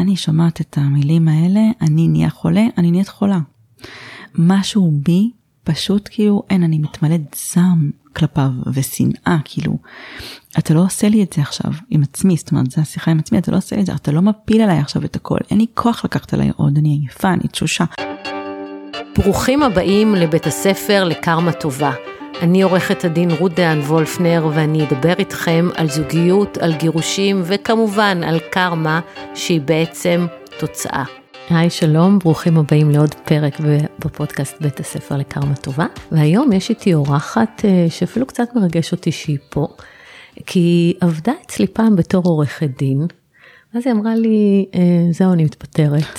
אני שומעת את המילים האלה, אני נהיה חולה, אני נהיית חולה. משהו בי, פשוט כאילו, אני מתמלאת זעם כלפיו ושנאה, כאילו, אתה לא עושה לי את זה עכשיו עם עצמי, זאת אומרת, זה השיחה עם עצמי, אתה לא עושה לי את זה, אתה לא מפיל עליי עכשיו את הכל, אין לי כוח לקחת עליי עוד, אני עייפה, אני תשושה. ברוכים הבאים לבית הספר לקרמה טובה. אני עורכת הדין רות דהן וולפנר, ואני אדבר איתכם על זוגיות, על גירושים, וכמובן על קרמה, שהיא בעצם תוצאה. היי שלום, ברוכים הבאים לעוד פרק בפודקאסט בית הספר לקרמה טובה, והיום יש איתי אורחת שאפילו קצת מרגש אותי שהיא פה, כי היא עבדה אצלי פעם בתור עורכת דין, אז היא אמרה לי, זהו, אני מתפטרת.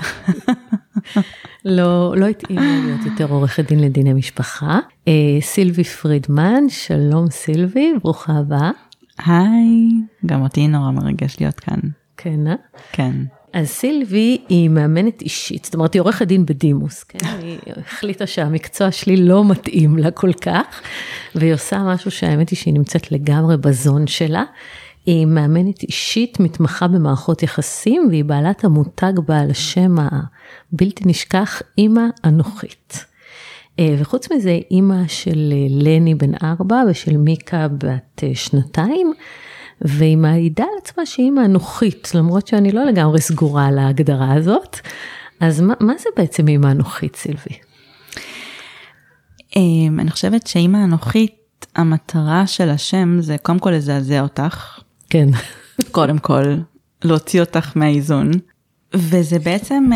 לא התאים להיות יותר עורכת דין לדיני משפחה. סילבי פרידמן, שלום סילבי, ברוכה הבאה. היי, גם אותי נורא מרגש להיות כאן. כן, כן. אז סילבי היא מאמנת אישית, זאת אומרת היא עורכת דין בדימוס, כן? היא החליטה שהמקצוע שלי לא מתאים לה כל כך, והיא עושה משהו שהאמת היא שהיא נמצאת לגמרי בזון שלה, היא מאמנת אישית, מתמחה במערכות יחסים, והיא בעלת המותג בעל השם הבלתי נשכח, אמא אנוכית. וחוץ מזה, אמא של לני בן 4 ושל מיקה בת 2, והיא מעידה על עצמה שהיא אמא אנוכית, למרות שאני לא לגמרי סגורה על ההגדרה הזאת. אז מה זה בעצם אמא אנוכית, סילבי? אני חושבת שאמא אנוכית, המטרה של השם זה קודם כל לזעזע אותך. כן. קודם כל, להוציא אותך מהאיזון. וזה בעצם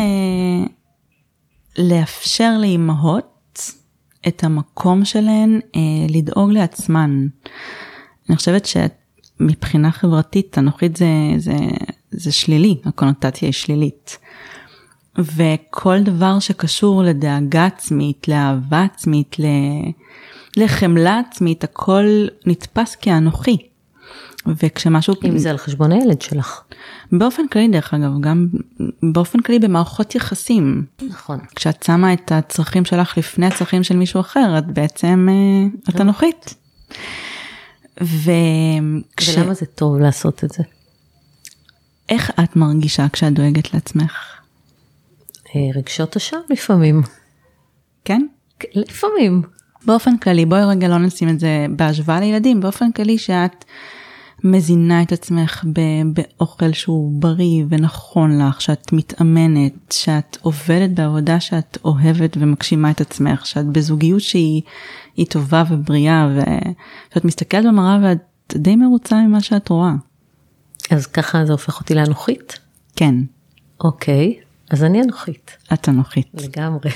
לאפשר לאמהות את המקום שלהן לדאוג לעצמן. אני חושבת שמבחינה חברתית, אנוכית זה שלילי, הקונוטציה היא שלילית. וכל דבר שקשור לדאגה עצמית, לאהבה עצמית, לחמלה עצמית, הכל נתפס כאנוכי. וכשמשהו... אם זה על חשבון הילד שלך. באופן כללי דרך אגב, גם באופן כללי במערכות יחסים. נכון. כשאת שמה את הצרכים שלך לפני הצרכים של מישהו אחר, את בעצם את אנוכית. ולמה זה טוב לעשות את זה? איך את מרגישה כשאת דואגת לעצמך? רגשות אשם לפעמים. כן? לפעמים. באופן כללי, בואי רגע לא נשים את זה בהשוואה לילדים, באופן כללי שאת מזינה את עצמך באוכל שהוא בריא ונכון לך, שאת מתאמנת, שאת עובדת בעבודה שאת אוהבת ומגשימה את עצמך, שאת בזוגיות שהיא טובה ובריאה, ושאת מסתכלת במראה ואת די מרוצה ממה שאת רואה. אז ככה זה הופך אותי לאנוכית? כן. אוקיי, אז אני אנוכית. את אנוכית. לגמרי.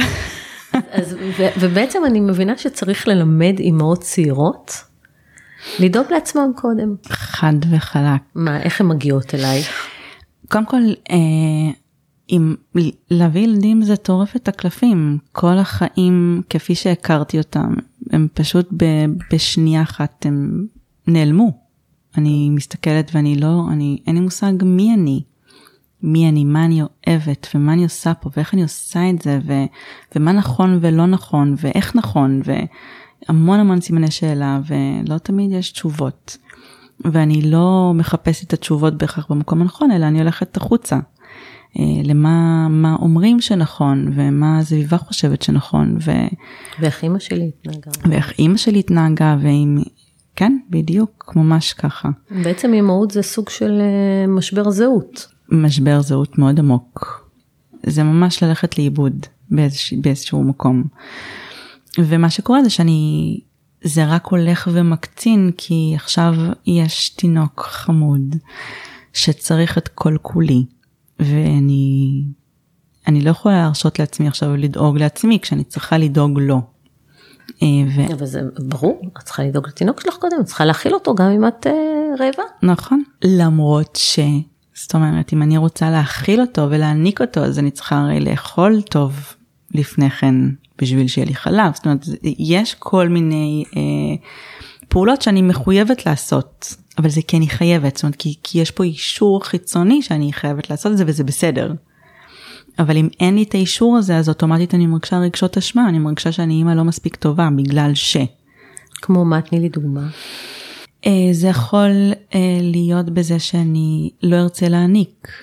ובעצם אני מבינה שצריך ללמד אמהות צעירות, לדאוג לעצמם קודם. חד וחלק. מה, איך הן מגיעות אליי? קודם כל, אם להביא ילדים זה טורף את הקלפים. כל החיים כפי שהכרתי אותם, הם פשוט בשנייה אחת, הם נעלמו. אני מסתכלת ואני לא, אין לי מושג מי אני, מה אני אוהבת, ומה אני עושה פה, ואיך אני עושה את זה, ומה נכון ולא נכון, ואיך נכון, והמון סימני שאלה, ולא תמיד יש תשובות. ואני לא מחפשת את התשובות בהכרח במקום הנכון, אלא אני הולכת החוצה, למה אומרים שנכון, ומה הסביבה חושבת שנכון, ואיך אמא שלי התנהגה, כן, בדיוק, ממש ככה. בעצם אמהות זה סוג של משבר זהות. משבר זהות מאוד עמוק. זה ממש ללכת לאיבוד באיזשהו מקום. ומה שקורה זה זה רק הולך ומקצין, כי עכשיו יש תינוק חמוד שצריך את כל כולי. ואני לא יכולה להרשות לעצמי עכשיו לדאוג לעצמי, כשאני צריכה לדאוג לו. אבל זה ברור, את צריכה לדאוג לתינוק שלך קודם, את צריכה להכיל אותו גם אם את רעבה. נכון. למרות זאת אומרת, אם אני רוצה להכיל אותו ולהעניק אותו, אז אני צריכה הרי לאכול טוב לפני כן, בשביל שיהיה לי חלב. זאת אומרת, יש כל מיני פעולות שאני מחויבת לעשות, אבל זה כי אני חייבת. זאת אומרת, כי יש פה אישור חיצוני שאני חייבת לעשות את זה, וזה בסדר. אבל אם אין לי את האישור הזה, אז אוטומטית אני מרגישה רגשות אשמה, אני מרגישה שאני אימא לא מספיק טובה, בגלל כמו מה, תני לי דוגמה. זה יכול להיות בזה שאני לא ארצה להעניק.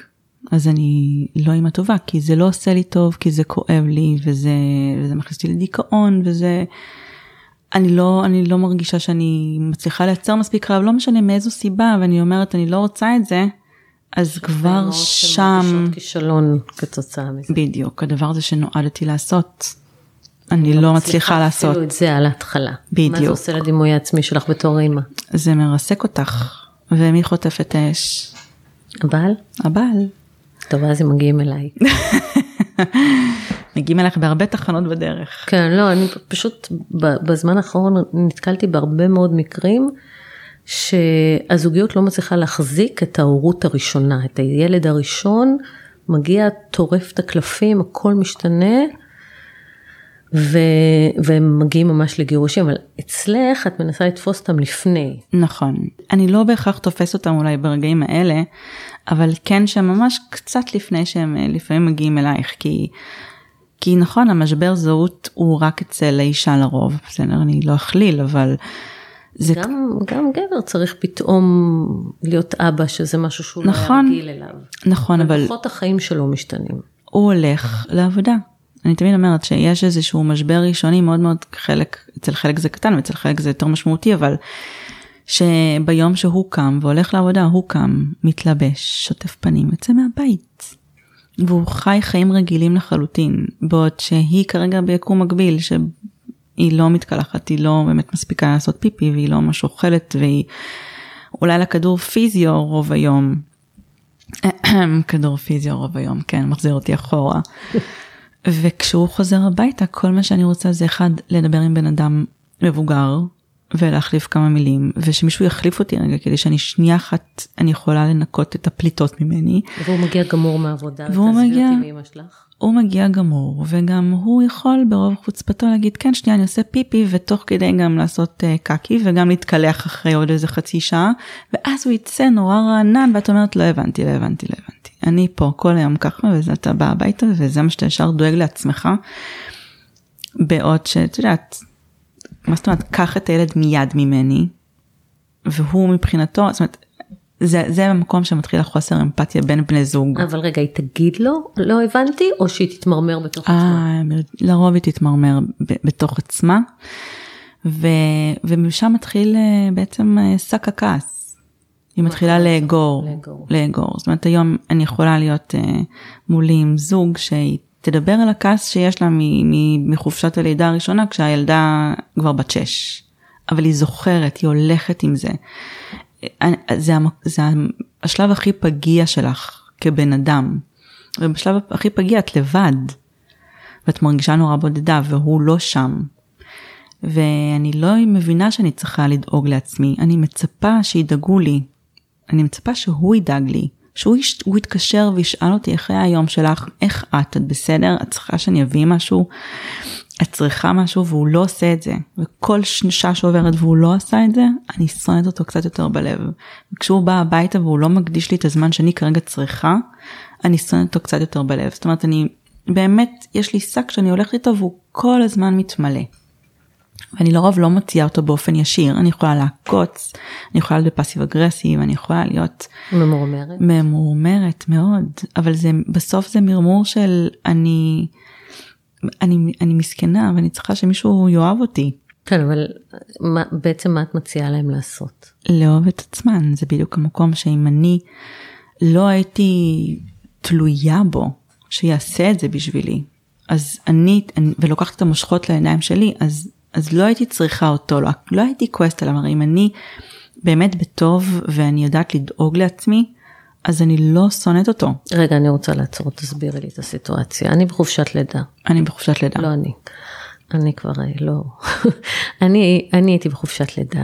אז אני לא אימא טובה, כי זה לא עושה לי טוב, כי זה כואב לי, וזה מכניס לי לדיכאון, אני לא מרגישה שאני מצליחה לייצר מספיק רעב, לא משנה מאיזו סיבה, ואני אומרת, אני לא רוצה את זה, אז כבר שם... שמרגישות כישלון כתוצאה מזה. בדיוק, הדבר הזה שנועדתי לעשות, אני לא מצליחה לעשות. אפילו את זה על ההתחלה. בדיוק. מה זה עושה לדימוי העצמי שלך בתור אימא? זה מרסק אותך, ומי חוטף את האש? הבעל? הבעל. טוב, אז הם מגיעים אליי. מגיעים אליך בהרבה תחנות בדרך. כן, לא, אני פשוט בזמן האחרון נתקלתי בהרבה מאוד מקרים, שהזוגיות לא מצליחה להחזיק את ההורות הראשונה, את הילד הראשון, מגיע, טורף את הקלפים, הכל משתנה, והם מגיעים ממש לגירושים, אבל אצלך את מנסה לתפוס אותם לפני. נכון. אני לא בהכרח תופס אותם אולי ברגעים האלה, אבל כן שממש קצת לפני שהם לפעמים מגיעים אלייך, כי נכון, המשבר זהות הוא רק אצל האישה לרוב, בסדר, אני לא אכליל, אבל זה... גם גבר צריך פתאום להיות אבא, שזה משהו שהוא נכון, לא ירגיל אליו. נכון, אבל... לפחות החיים שלו משתנים. הוא הולך לעבודה. אני תמיד אומרת שיש איזשהו משבר ראשוני מאוד מאוד אצל חלק זה קטן, ואצל חלק זה יותר משמעותי, אבל שביום שהוא קם והולך לעבודה, הוא קם, מתלבש, שוטף פנים, יוצא מהבית. והוא חי חיים רגילים לחלוטין, בעוד שהיא כרגע ביקום מקביל, שהיא לא מתקלחת, היא לא באמת מספיקה לעשות פיפי, והיא לא ממש אוכלת, והיא אולי לכדור פיזיו רוב היום. כדור פיזיו רוב היום, כן, מחזיר אותי אחורה. וכשהוא חוזר הביתה, כל מה שאני רוצה זה אחד, לדבר עם בן אדם מבוגר, ולהחליף כמה מילים, ושמישהו יחליף אותי רגע, כדי שאני שנייה אחת, אני יכולה לנקות את הפליטות ממני. והוא מגיע גמור מהעבודה, והוא מגיע, מאמא שלך. הוא מגיע גמור, וגם הוא יכול ברוב חוצפתו להגיד, כן, שנייה, אני עושה פיפי, ותוך כדי גם לעשות קקי, וגם להתקלח אחרי עוד איזה חצי שעה, ואז הוא יצא נורא רענן, ואת אומרת, לא הבנתי. אני פה כל היום ככה, וזה אתה בא הביתה, וזה מה שאתה ישר דואג לעצמך, בעוד שאת יודעת, מה זאת אומרת, קח את הילד מיד ממני, והוא מבחינתו, זאת אומרת, זה המקום שמתחיל החוסר אמפתיה בין בני זוג. אבל רגע, היא תגיד לו, לא הבנתי, או שהיא תתמרמר בתוך עצמה? לרוב היא תתמרמר בתוך עצמה, ומשם מתחיל בעצם שק הכעס. היא מתחילה לאגור. זאת אומרת, היום אני יכולה להיות מולי עם זוג שהיא תדבר על הכעס שיש לה מחופשת הלידה הראשונה, כשהילדה כבר בת 6. אבל היא זוכרת, היא הולכת עם זה. זה השלב הכי פגיע שלך כבן אדם. ובשלב הכי פגיע את לבד. ואת מרגישה נורא בודדה, והוא לא שם. ואני לא מבינה שאני צריכה לדאוג לעצמי. אני מצפה שידאגו לי. אני מצפה שהוא ידאג לי. שהוא יתקשר וישאל אותי אחרי היום שלך, איך את בסדר? את צריכה שאני אביא משהו? את צריכה משהו והוא לא עושה את זה. וכל שעה שעוברת והוא לא עשה את זה, אני שונאת אותו קצת יותר בלב. וכשהוא בא הביתה והוא לא מקדיש לי את הזמן שאני כרגע צריכה, אני שונאת אותו קצת יותר בלב. זאת אומרת, באמת, יש לי שק שאני הולכת איתו והוא כל הזמן מתמלא. ואני לרוב לא מציעה אותו באופן ישיר, אני יכולה לעקוץ, אני יכולה להיות בפסיב אגרסיב, אני יכולה להיות ממורמרת מאוד, אבל בסוף זה מרמור של אני מסכנה, ואני צריכה שמישהו יאהב אותי. כן, אבל בעצם מה את מציעה להם לעשות? לאהוב את עצמן, זה בדיוק המקום שאם אני לא הייתי תלויה בו, שיעשה את זה בשבילי, אז ולוקחת את המושכות לעיניים שלי, אז לא הייתי צריכה אותו, לא הייתי כועסת עליו, הרי אם אני באמת בטוב ואני יודעת לדאוג לעצמי, אז אני לא שונאת אותו. רגע, אני רוצה לעצור, תסבירי לי את הסיטואציה. אני בחופשת לידה. אני בחופשת לידה. לא אני. אני כבר לא. אני הייתי בחופשת לידה,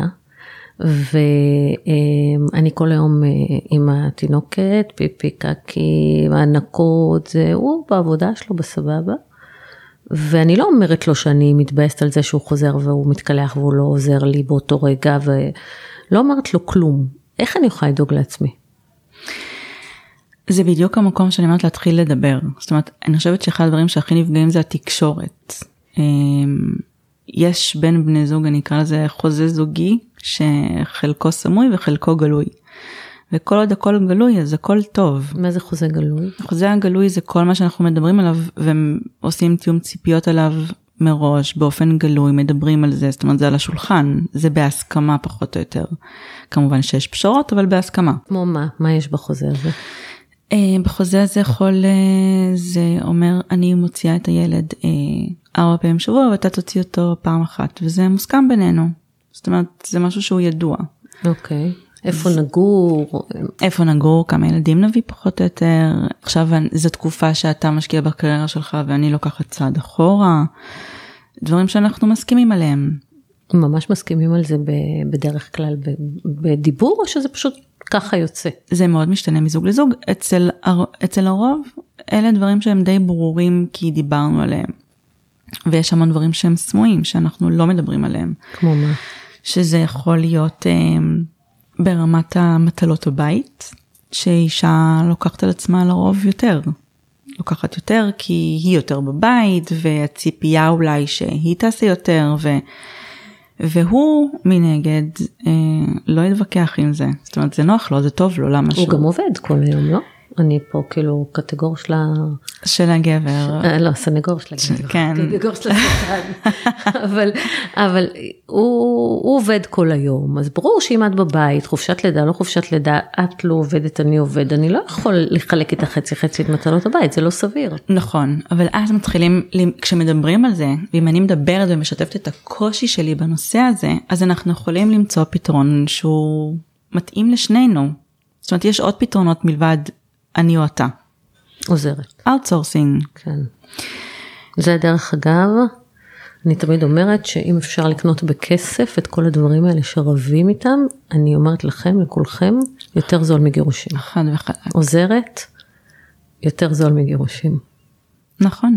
ואני כל היום עם התינוקת, פיפי, קקי, הענקות, הוא בעבודה שלו בסבבה. ואני לא אומרת לו שאני מתבאסת על זה שהוא חוזר והוא מתקלח והוא לא עוזר לי באותו רגע, ולא אומרת לו כלום. איך אני יכולה לדאוג לעצמי? זה בדיוק המקום שאני אומרת להתחיל לדבר. זאת אומרת, אני חושבת שאחד הדברים שהכי נפגעים זה התקשורת. יש בין בני זוג, אני אקרא לזה חוזה זוגי, שחלקו סמוי וחלקו גלוי. וכל עוד הכל גלוי, אז הכל טוב. מה זה חוזה גלוי? החוזה הגלוי זה כל מה שאנחנו מדברים עליו, ועושים תיאום ציפיות עליו מראש, באופן גלוי, מדברים על זה, זאת אומרת, זה על השולחן, זה בהסכמה פחות או יותר. כמובן שיש פשרות, אבל בהסכמה. כמו מה? מה יש בחוזה הזה? בחוזה הזה זה אומר, אני מוציאה את הילד 4 פעמים שבוע, ואתה תוציא אותו פעם אחת, וזה מוסכם בינינו. זאת אומרת, זה משהו שהוא ידוע. אוקיי. איפה נגור? איפה נגור, כמה ילדים נביא פחות או יותר. עכשיו, זו תקופה שאתה משקיע בקריירה שלך, ואני לוקחת צעד אחורה. דברים שאנחנו מסכימים עליהם. ממש מסכימים על זה בדרך כלל בדיבור, או שזה פשוט ככה יוצא? זה מאוד משתנה מזוג לזוג. אצל הרוב, אלה דברים שהם די ברורים, כי דיברנו עליהם. ויש המון דברים שהם סמויים, שאנחנו לא מדברים עליהם. כמו מה? שזה יכול להיות ברמת המטלות בבית, שאישה לוקחת על עצמה לרוב יותר. לוקחת יותר כי היא יותר בבית, והציפייה אולי שהיא תעשה יותר, והוא מנגד לא יתווכח עם זה. זאת אומרת, זה נוח לו, זה טוב לו, למה הוא גם עובד כל היום, לא? אני פה כאילו קטגור של הגבר. לא, סנגור של הגבר. כן. קטגור של השטן. אבל הוא עובד כל היום, אז ברור שאם את בבית, חופשת לידה, לא חופשת לידה, את לא עובדת, אני עובד, אני לא יכול לחלק את החצי את מטלות הבית, זה לא סביר. נכון, אבל אז מתחילים, כשמדברים על זה, ואם אני מדברת ומשתפת את הקושי שלי בנושא הזה, אז אנחנו יכולים למצוא פתרון שהוא מתאים לשנינו. זאת אומרת, יש עוד פתרונות מלבד אני או אתה. עוזרת. Outsourcing. כן. זה דרך אגב, אני תמיד אומרת שאם אפשר לקנות בכסף את כל הדברים האלה שרבים איתם, אני אומרת לכם, לכולכם, יותר זול מגירושים. אחד וחלק. עוזרת, יותר זול מגירושים. נכון.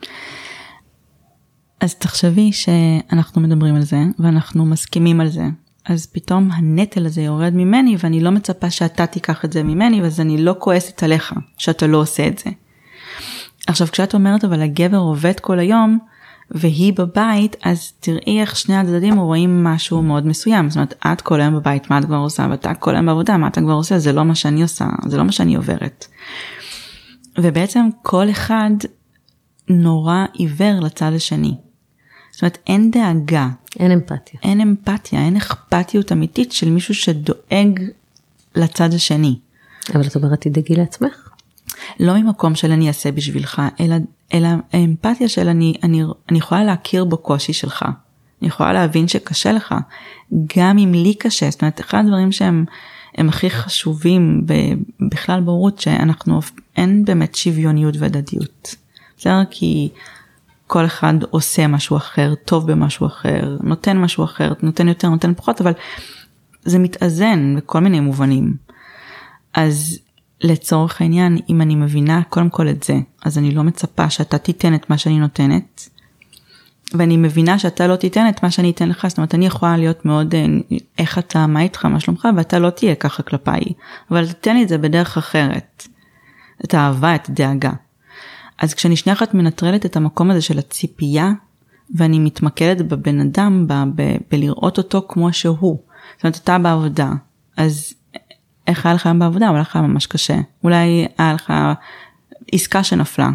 אז תחשבי שאנחנו מדברים על זה, ואנחנו מסכימים על זה. אז פתאום הנטל הזה יורד ממני, ואני לא מצפה שאתה תיקח את זה ממני, ואז אני לא כועסת עליך שאתה לא עושה את זה. עכשיו, כשאת אומרת, אבל הגבר עובד כל היום, והיא בבית, אז תראי איך שני הצדדים רואים משהו מאוד מסוים. זאת אומרת, את כל היום בבית, מה את כבר עושה? ואתה כל היום בעבודה, מה אתה כבר עושה? זה לא מה שאני עושה, זה לא מה שאני עוברת. ובעצם כל אחד נורא עיוור לצד השני. זאת אומרת, אין דאגה. אין אמפתיה. אין אמפתיה, אין אכפתיות אמיתית של מישהו שדואג לצד השני. אבל את אומרת, תדאגי לעצמך? לא ממקום של אני אעשה בשבילך, אלא האמפתיה של אני יכולה להכיר בקושי שלך. אני יכולה להבין שקשה לך, גם אם לי קשה. זאת אומרת, אחד הדברים שהם הכי חשובים בכלל בהורות, שאנחנו, אין באמת שוויוניות והדדיות. בסדר? כי כל אחד עושה משהו אחר, טוב במשהו אחר, נותן משהו אחר, נותן יותר, נותן פחות, אבל זה מתאזן בכל מיני מובנים. אז לצורך העניין, אם אני מבינה קודם כל את זה, אז אני לא מצפה שאתה תיתן את מה שאני נותנת, ואני מבינה שאתה לא תיתן את מה שאני אתן לך, זאת אומרת, אני יכולה להיות מאוד, איך אתה, מה איתך, מה שלומך, ואתה לא תהיה ככה כלפיי, אבל תתן לי את זה בדרך אחרת, את האהבה, את הדאגה. אז כשאני שנייה אחת מנטרלת את המקום הזה של הציפייה, ואני מתמקדת בבן אדם, בלראות אותו כמו שהוא. זאת אומרת, אתה בעבודה, אז איך היה לך היום בעבודה? אולי לך ממש קשה. אולי היה לך עסקה שנפלה,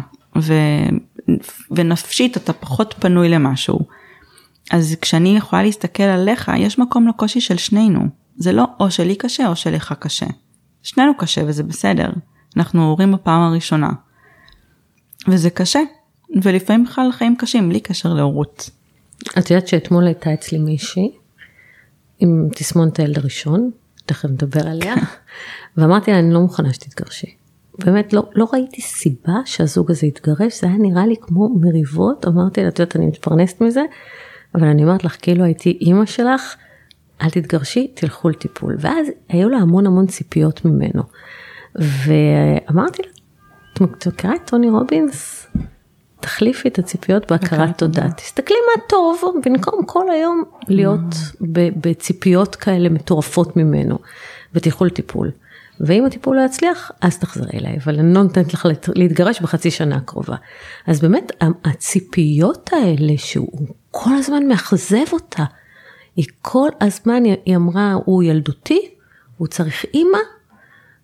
ונפשית אתה פחות פנוי למשהו. אז כשאני יכולה להסתכל עליך, יש מקום לקושי של שנינו. זה לא או שלי קשה או שלך קשה. שנינו קשה וזה בסדר. אנחנו הורים בפעם הראשונה. וזה קשה, ולפעמים בכלל חיים קשים, בלי קשר להורות. את יודעת שאתמול הייתה אצלי מישהי, עם תסמונת הילד הראשון, תכף נדבר עליה, ואמרתי לה, אני לא מוכנה שתתגרשי. באמת, לא ראיתי סיבה שהזוג הזה יתגרש, זה היה נראה לי כמו מריבות, אמרתי לה, את יודעת, אני מתפרנסת מזה, אבל אני אומרת לך, כאילו הייתי אימא שלך, אל תתגרשי, תלכו לטיפול. ואז היו לה המון ציפיות ממנו. ואמרתי לה, את מכירה את טוני רובינס? תחליפי את הציפיות בהכרת תודה. תסתכלי מה טוב, במקום כל היום להיות בציפיות כאלה מטורפות ממנו, ותלכו לטיפול. ואם הטיפול לא יצליח, אז תחזרי אליי, אבל אני לא נותנת לך להתגרש בחצי שנה הקרובה. אז באמת, הציפיות האלה, שהוא כל הזמן מאכזב אותה, היא כל הזמן, היא אמרה, הוא ילדותי, הוא צריך אימא,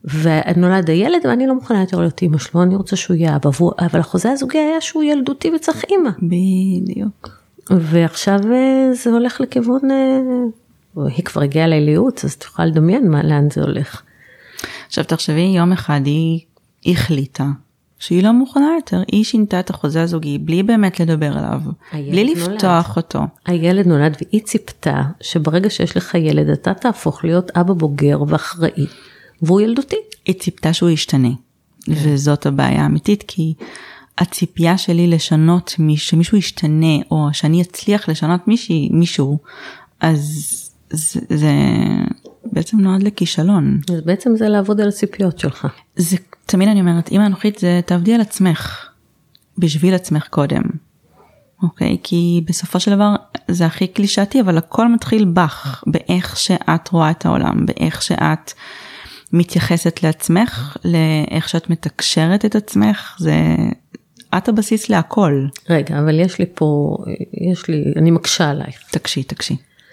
ונולד הילד, ואני לא מוכנה יותר להיות אמא שלו, אני רוצה שהוא יהיה אבא, אבל החוזה הזוגי היה שהוא ילדותי וצריך אמא. בדיוק. ועכשיו זה הולך לכיוון, היא כבר הגיעה ליליות, אז תוכל לדמיין לאן זה הולך. עכשיו תחשבי, יום אחד היא החליטה, שהיא לא מוכנה יותר, היא שינתה את החוזה הזוגי, בלי באמת לדבר עליו, בלי לפתוח אותו. הילד נולד, והיא ציפתה, שברגע שיש לך ילד, אתה תהפוך להיות אבא בוגר ואחראי, והוא ילדותי. היא ציפתה שהוא ישתנה, וזאת הבעיה האמיתית, כי הציפייה שלי לשנות, שמישהו ישתנה, או שאני אצליח לשנות מישהו, אז זה בעצם נועד לכישלון. אז בעצם זה לעבוד על הציפיות שלך. זה, תמיד אני אומרת, אמא אנוכית, זה תעבדי על עצמך, בשביל עצמך קודם. אוקיי? כי בסופו של דבר, זה הכי קלישאתי, אבל הכל מתחיל בך, באיך שאת רואה את העולם, באיך שאת מתייחסת לעצמך, לאיך שאת מתקשרת את עצמך, זה את הבסיס להכל. רגע, אבל יש לי, אני מקשה עלייך. תקשי.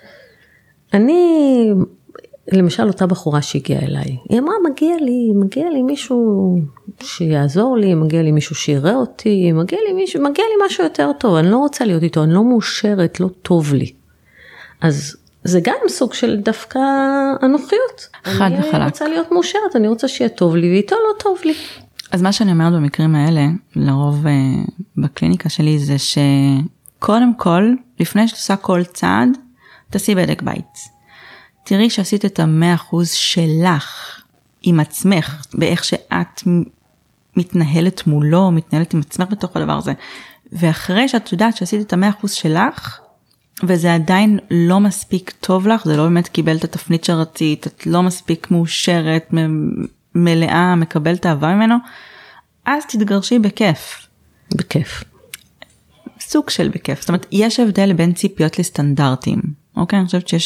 אני, למשל אותה בחורה שהגיעה אליי, היא אמרה, מגיע לי מישהו שיעזור לי, מגיע לי מישהו שיראה אותי, מגיע לי משהו יותר טוב, אני לא רוצה להיות איתו, אני לא מאושרת, לא טוב לי. אז זה גם סוג של דווקא אנוכיות. חד וחלק. אני רוצה להיות מאושרת, אני רוצה שיהיה טוב לי, ואיתו לא טוב לי. אז מה שאני אומרת במקרים האלה, לרוב בקליניקה שלי, זה שקודם כל, לפני שעושה כל צעד, תעשי בדק בית. תראי שעשית את 100% שלך עם עצמך, באיך שאת מתנהלת מולו, מתנהלת עם עצמך בתוך הדבר הזה. ואחרי שאת יודעת שעשית את 100% שלך, וזה עדיין לא מספיק טוב לך, זה לא באמת קיבל את התפנית שרצית, את לא מספיק מאושרת, מלאה, מקבלת אהבה ממנו, אז תתגרשי בכיף. בכיף. סוג של בכיף. זאת אומרת, יש הבדל בין ציפיות לסטנדרטים. אוקיי, אני חושבת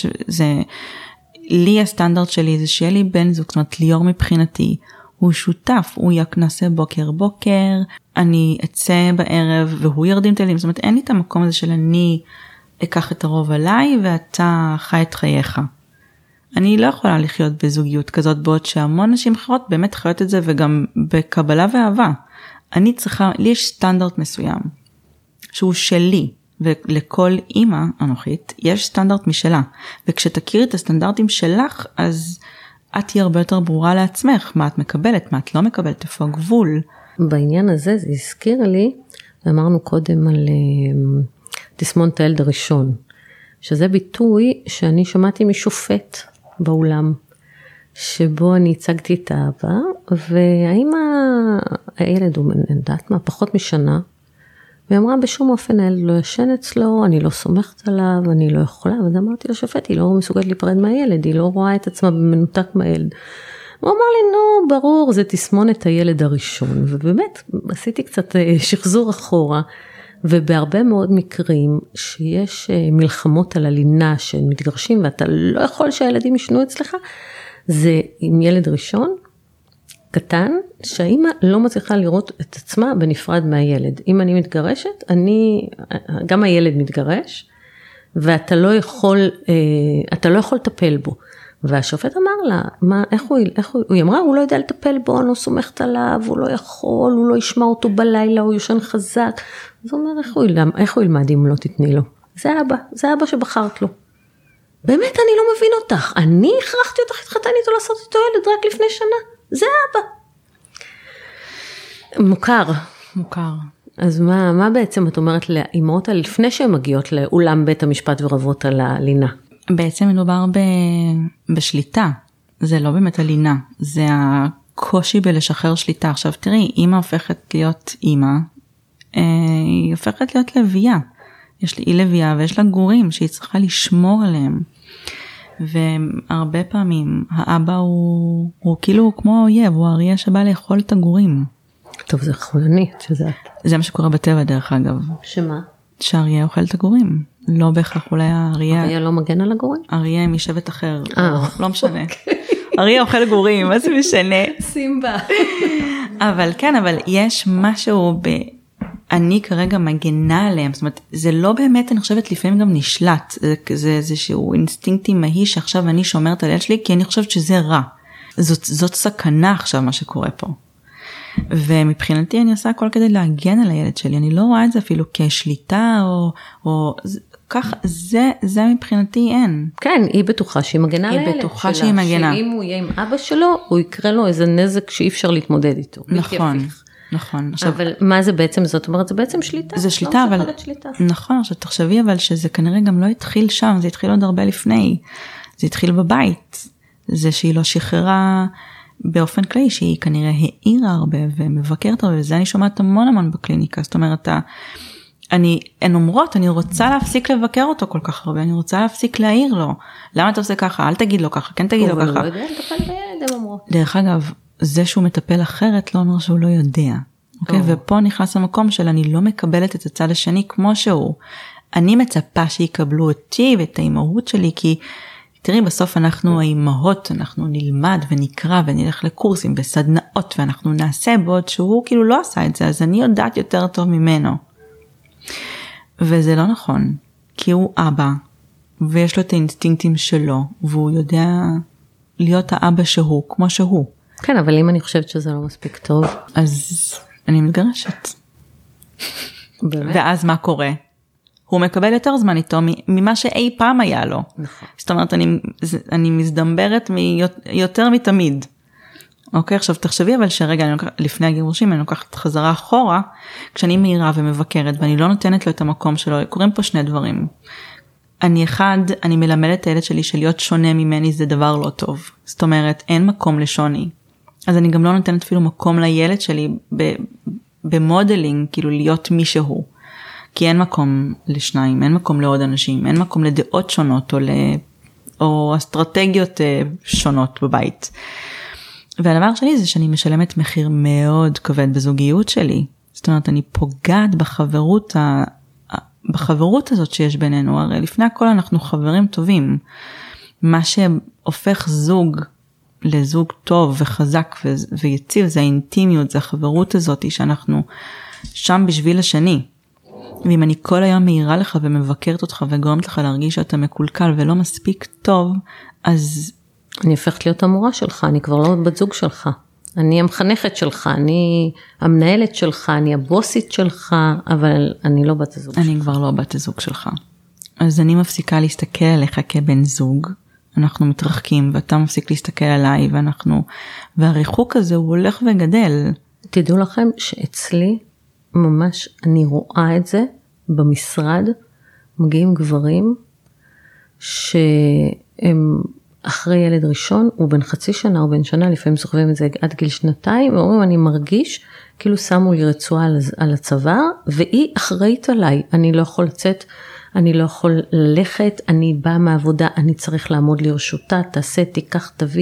לי הסטנדרט שלי זה שיהיה לי בן זוג, זאת אומרת, ליאור מבחינתי, הוא שותף, הוא יקנסה בוקר, אני אצא בערב, והוא ירדים את הילדים, זאת אומרת, אין לי את המקום הזה של אני אקח את הרוב עליי, ואתה חי את חייך. אני לא יכולה לחיות בזוגיות כזאת, בעוד שהמון נשים אחרות באמת חיות את זה, וגם בקבלה ואהבה. אני צריכה, לי יש סטנדרט מסוים, שהוא שלי, ולכל אימא אנוכית, יש סטנדרט משלה. וכשתכירי את הסטנדרטים שלך, אז את תהיה הרבה יותר ברורה לעצמך, מה את מקבלת, מה את לא מקבלת, איפה הגבול. בעניין הזה, זה הזכיר לי, ואמרנו קודם על תסמונת הילד הראשון, שזה ביטוי שאני שמעתי משופט באולם, שבו אני הצגתי את האבא, והאמא, הילד הוא נדעת מה, פחות משנה, והיא אמרה, בשום אופן הילד לא ישן אצלו, אני לא סומכת עליו, אני לא יכולה, ואז אמרתי לשופט, היא לא מסוגלת להיפרד מהילד, היא לא רואה את עצמה במנותק מהילד. הוא אמר לי, נו, ברור, זה תסמונת הילד הראשון, ובאמת, עשיתי קצת שחזור אחורה, ובהרבה מאוד מקרים, שיש מלחמות על הלינה, שמתגרשים, ואתה לא יכול שהילדים ישנו אצלך, זה עם ילד ראשון, קטן, שהאימא לא מצליחה לראות את עצמה בנפרד מהילד. אם אני מתגרשת, גם הילד מתגרש, ואתה לא יכול לטפל בו. והשופט אמר לה, היא אמרה, הוא לא יודע לטפל בו, אני לא סומכת עליו, הוא לא יכול, הוא לא ישמע אותו בלילה, הוא יושן חזק. אז הוא אומר, איך הוא ילמד אם לא תתני לו? זה אבא שבחרת לו. באמת, אני לא מבין אותך. אני הכרחתי אותך, התחתני איתו לעשות איתו ילד רק לפני שנה. זה אבא. מוכר. אז מה בעצם את אומרת לאמהות לפני שהן מגיעות לאולם בית המשפט ורבות על הלינה? בעצם מדובר בשליטה. זה לא באמת הלינה. זה הקושי בלשחרר שליטה. עכשיו תראי, אמא הופכת להיות אמא, היא הופכת להיות לביאה. היא לביאה ויש לה גורים שהיא צריכה לשמור עליהם. והרבה פעמים האבא הוא כאילו כמו אויב, הוא אריה שבא לאכול את הגורים. טוב, זה חולני, שזה... זה מה שקורה בטבע דרך אגב. שמה? שהאריה אוכל את הגורים. לא בהכרח אולי האריה... אריה לא מגן על הגורים? אריה משבט אחר, לא משנה. אריה אוכל גורים, מה זה משנה? סימבה. אבל כן, אבל יש משהו אני כרגע מגנה עליהם, זאת אומרת, זה לא באמת, אני חושבת, לפעמים גם נשלט, זה איזשהו אינסטינקט אימהי שעכשיו אני שומרת על הילד שלי, כי אני חושבת שזה רע. זאת סכנה עכשיו מה שקורה פה. ומבחינתי אני עושה הכל כדי להגן על הילד שלי, אני לא רואה את זה אפילו כשליטה או ככה, זה מבחינתי אין. כן, היא בטוחה שהיא מגנה לילד שלה. היא בטוחה שהיא מגנה. שאם הוא יהיה עם אבא שלו, הוא יקרה לו איזה נזק שאי אפשר להתמודד איתו. נכון. אבל מה זה בעצם? זאת אומרת, זה בעצם שליטה. זה שליטה, אבל... נכון, עכשיו תחשבי אבל שזה כנראה גם לא התחיל שם, זה התחיל עוד הרבה לפני. זה התחיל בבית. זה שהיא לא שחררה באופן כללי, שהיא כנראה העירה הרבה ומבקרת הרבה, וזה אני שומעת המון בקליניקה. זאת אומרת, הן אומרות, אני רוצה להפסיק לבקר אותו כל כך הרבה, אני רוצה להפסיק להעיר לו. למה אתה עושה ככה? אל תגיד לו ככה, כן תגיד לו ככה. הוא לא יודע לטפל בילד, הם אומרות. דרך אגב, זה שהוא מטפל אחרת לא אומר שהוא לא יודע. אוקיי? ופה נכנס המקום של אני לא מקבלת את הצד השני כמו שהוא. אני מצפה שיקבלו אותי ואת האימהות שלי, כי תראי, בסוף אנחנו האימהות, אנחנו נלמד ונקרא ונלך לקורסים בסדנאות, ואנחנו נעשה בעוד שהוא כאילו לא עשה את זה, אז אני יודעת יותר טוב ממנו. וזה לא נכון, כי הוא אבא, ויש לו את האינסטינקטים שלו, והוא יודע להיות האבא שהוא, כמו שהוא. כן, אבל אם אני חושבת שזה לא מספיק טוב, אז אני מתגרשת. באמת? ואז מה קורה? הוא מקבל יותר זמן איתו ממה שאי פעם היה לו. נכון. זאת אומרת, אני מזדמברת יותר מתמיד. אוקיי, עכשיו תחשבי אבל שרגע, לפני הגירושים, אני לוקחת חזרה אחורה, כשאני מהירה ומבקרת, ואני לא נותנת לו את המקום שלו, קוראים פה שני דברים. אני מלמדת את הילד שלי שלהיות שונה ממני זה דבר לא טוב. זאת אומרת, אין מקום לשוני. אז אני גם לא נותנת אפילו מקום לילד שלי במודלינג, כאילו להיות מישהו. כי אין מקום לשניים, אין מקום לעוד אנשים, אין מקום לדעות שונות או אסטרטגיות שונות בבית. והדבר שלי זה שאני משלמת מחיר מאוד כבד בזוגיות שלי. זאת אומרת, אני פוגעת בחברות הזאת שיש בינינו. הרי לפני הכל אנחנו חברים טובים. מה שהופך זוג לזוג טוב וחזק ויציב, זה האינטימיות, זה החברות הזאת שאנחנו שם בשביל השני. ואם אני כל היום מהירה לך ומבקרת אותך וגורמת לך להרגיש שאתה מקולקל ולא מספיק טוב, אז... אני הופכת להיות המורה שלך, אני כבר לא בת זוג שלך. אני המחנכת שלך, אני המנהלת שלך, אני הבוסית שלך, אבל אני לא בת הזוג שלך. אני כבר לא בת הזוג שלך. אז אני מפסיקה להסתכל עליך כבן זוג, אנחנו מתרחקים ואתה מפסיק להסתכל עליי, והריחוק הזה הוא הולך וגדל. תדעו לכם שאצלי, ממש אני רואה את זה במשרד, מגיעים גברים שהם אחרי ילד ראשון, הוא בן חצי שנה או בן שנה, לפעמים סוחבים את זה עד גיל 2, ואומרים אני מרגיש כאילו שמו לי רצועה על הצוואר, והיא אחראית עליי, אני לא יכול לצאת, אני לא יכול ללכת, אני באה מהעבודה, אני צריך לעמוד לרשותה, תעשה, תיקח, תביא,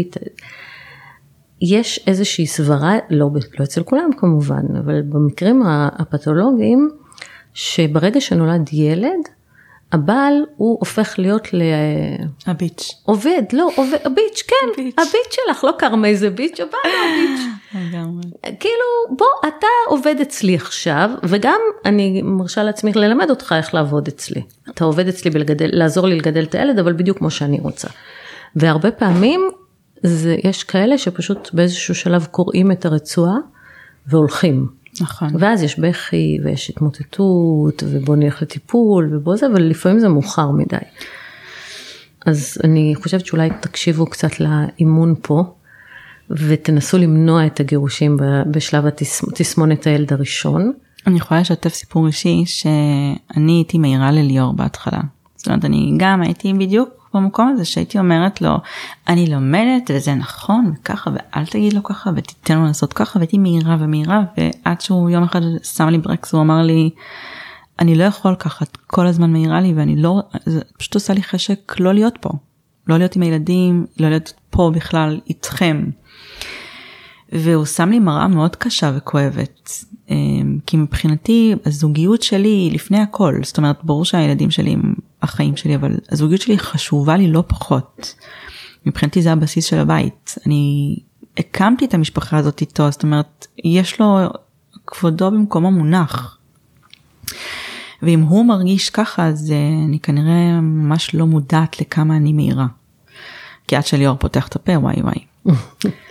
יש איזושהי סברה, לא אצל כולם כמובן, אבל במקרים הפתולוגיים, שברגע שנולד ילד, הבעל הוא הופך להיות הביץ'. עובד, לא, הביץ', כן, הביץ' שלך, לא קרמה איזה ביץ', הבעל הוא הביץ'. כאילו, בוא, אתה עובד אצלי עכשיו, וגם אני מרשה לעצמי ללמד אותך איך לעבוד אצלי. אתה עובד אצלי לעזור לי לגדל את הילד, אבל בדיוק כמו שאני רוצה. והרבה פעמים, יש כאלה שפשוט באיזשהו שלב קוראים את הרצועה, והולכים. נכון. ואז יש בכי, ויש התמוטטות, ובוא נלך לטיפול, ובוא זה, אבל לפעמים זה מאוחר מדי. אז אני חושבת שאולי תקשיבו קצת לאימון פה, ותנסו למנוע את הגירושים בשלב תסמונת הילד הראשון. אני יכולה לשתף סיפור אישי, שאני הייתי מהירה לליאור בהתחלה. זאת אומרת, אני גם הייתי בדיוק במקום הזה, שהייתי אומרת לו, אני לומדת, וזה נכון, וככה, ואל תגיד לו ככה, ותיתן לו לעשות ככה, והייתי מהירה ומהירה, ועד שהוא יום אחד שם לי ברקס, הוא אמר לי, אני לא יכול ככה, כל הזמן מהירה לי, ואני לא, זה פשוט עושה לי חשק לא להיות פה, לא להיות עם הילדים, לא להיות פה בכלל איתכם. והוא שם לי מראה מאוד קשה וכואבת, כי מבחינתי הזוגיות שלי לפני הכל, זאת אומרת ברור שהילדים שלי הם החיים שלי, אבל הזוגיות שלי חשובה לי לא פחות. מבחינתי זה הבסיס של הבית. אני הקמתי את המשפחה הזאת איתו, זאת אומרת יש לו כבודו במקום המונח. ואם הוא מרגיש ככה, אז אני כנראה ממש לא מודעת לכמה אני מהירה. כי עד שליאור פותח את הפה, וואי וואי.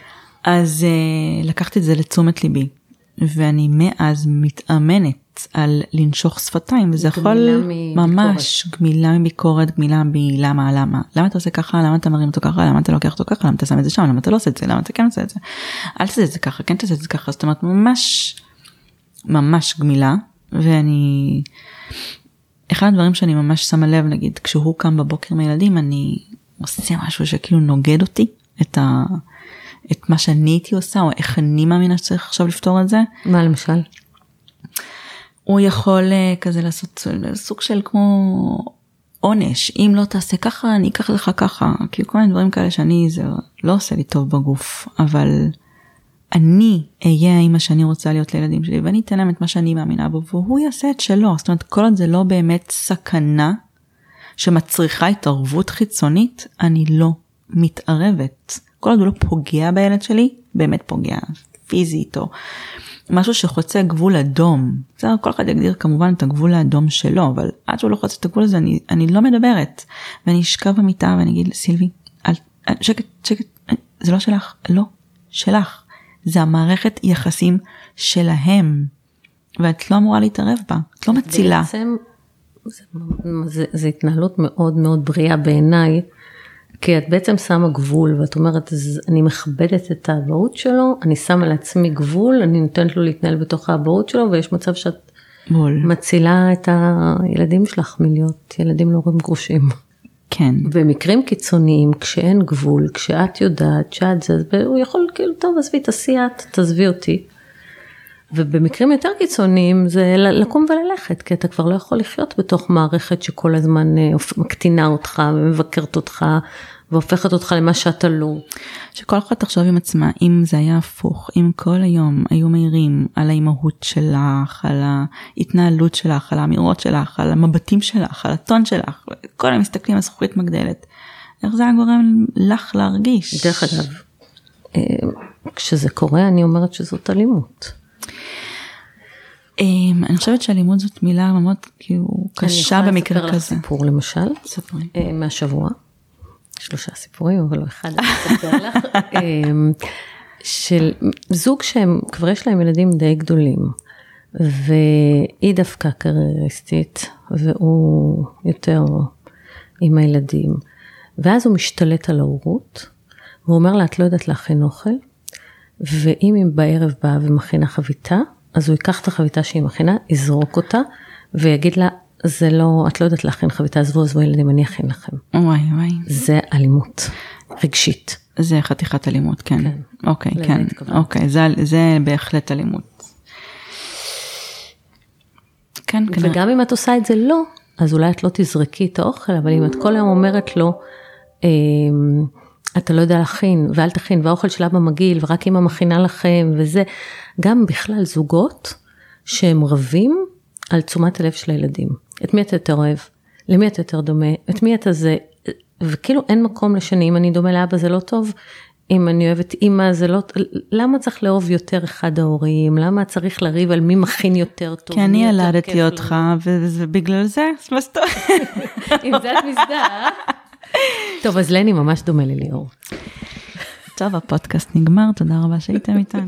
אז לקחתי את זה לתשומת ליבי, ואני מאז מתאמנת על לנשוך שפתיים, וזה יכול ממש גמילה מביקורת, גמילה למה אתה עושה ככה, למה אתה מרים אותו ככה, למה אתה לוקח אותו ככה, למה אתה שם את זה שם, למה אתה לא עושה את זה, למה אתה כן עושה את זה, אל תעשה את זה ככה, כן תעשה את זה ככה, זאת אומרת ממש גמילה, ואני, אחד הדברים שאני ממש שמה לב, נגיד, כשהוא קם בבוקר מילדים, אני עושה משהו שכאילו נוגד אותי, את מה שאני הייתי עושה, או איך אני מאמינה שצריך עכשיו לפתור את זה. מה למשל? הוא יכול כזה לעשות סוג של כמו עונש, אם לא תעשה ככה, אני אקח לך ככה, כאילו כל מיני דברים כאלה שאני, זה לא עושה לי טוב בגוף, אבל אני אהיה האמא שאני רוצה להיות לילדים שלי, ואני אתן להם את מה שאני מאמינה בו, והוא יעשה את שלו, זאת אומרת, כל עוד זה לא באמת סכנה, שמצריכה התערבות חיצונית, אני לא מתערבת. כל עוד הוא לא פוגע בילד שלי, באמת פוגע פיזית, או משהו שחוצה גבול אדום. בסדר, כל אחד יגדיר כמובן את הגבול האדום שלו, אבל עד שהוא לא חוצה את הגבול הזה, אני לא מדברת. ואני אשכב במיטה ואני אגיד, סילבי, שקט, זה לא שלך, לא, שלך. זה המערכת יחסים שלהם, ואת לא אמורה להתערב בה, את לא מצילה. בעצם, זה התנהלות מאוד מאוד בריאה בעיניי, כי את בעצם שמה גבול, ואת אומרת, אני מכבדת את האבהות שלו, אני שמה לעצמי גבול, אני נותנת לו להתנהל בתוך האבהות שלו, ויש מצב שאת מצילה את הילדים שלך מלהיות ילדים לא רואים גרושים. כן. במקרים קיצוניים, כשאין גבול, כשאת יודעת שאת זה, הוא יכול כאילו, טוב, עזבי, תעזבי אותי. ובמקרים יותר קיצוניים, זה לקום וללכת, כי אתה כבר לא יכול לחיות בתוך מערכת שכל הזמן מקטינה אותך, ומבקרת אותך, והופכת אותך למה שאתה לא. שכל אחד תחשוב עם עצמה, אם זה היה הפוך, אם כל היום היו מהירים על האימהות שלך, על ההתנהלות שלך, על האמירות שלך, על המבטים שלך, על הטון שלך, כל הם מסתכלים על זכוכית מגדלת. איך זה היה גורם לך להרגיש? דרך אגב, כשזה קורה, אני אומרת שזאת אלימות. אני חושבת שאלימות זאת מילה מאוד כאילו קשה במקרה כזה. אני יכולה לספר לך סיפור למשל, מהשבוע, 3 סיפורים, אבל לא אחד, אני אספר לך, של זוג שהם, כבר יש להם ילדים די גדולים, והיא דווקא קרייריסטית, והוא יותר עם הילדים, ואז הוא משתלט על ההורות, והוא אומר לה, את לא יודעת להכין אוכל, ואם היא בערב באה ומכינה חביתה, אז הוא ייקח את החביתה שהיא מכינה, יזרוק אותה, ויגיד לה, זה לא, את לא יודעת להכין חביתה, עזבו ילדים, אני אכין לכם. וואי. זה אלימות רגשית. זה חתיכת אלימות, כן. אוקיי, כן. אוקיי, זה בהחלט אלימות. כן. וגם אם את עושה את זה לא, אז אולי את לא תזרקי את האוכל, אבל אם את כל היום אומרת לו, אתה לא יודע להכין, ואל תכין, והאוכל של אבא מגיל, ורק אמא מכינה לכם, וזה, גם בכלל זוגות, שהם רבים על תשומת הלב של הילדים. את מי אתה יותר אוהב? למי אתה יותר דומה? את מי אתה זה? וכאילו אין מקום לשני, אם אני דומה לאבא זה לא טוב, אם אני אוהבת אמא זה לא, למה צריך לאהוב יותר אחד ההורים? למה צריך לריב על מי מכין יותר טוב? כי אני ילדתי אותך, ובגלל זה, סמסטו. אם זה את מזדהה. טוב, אז לני ממש דומה לליאור. טוב, הפודקאסט נגמר, תודה רבה שהייתם איתנו.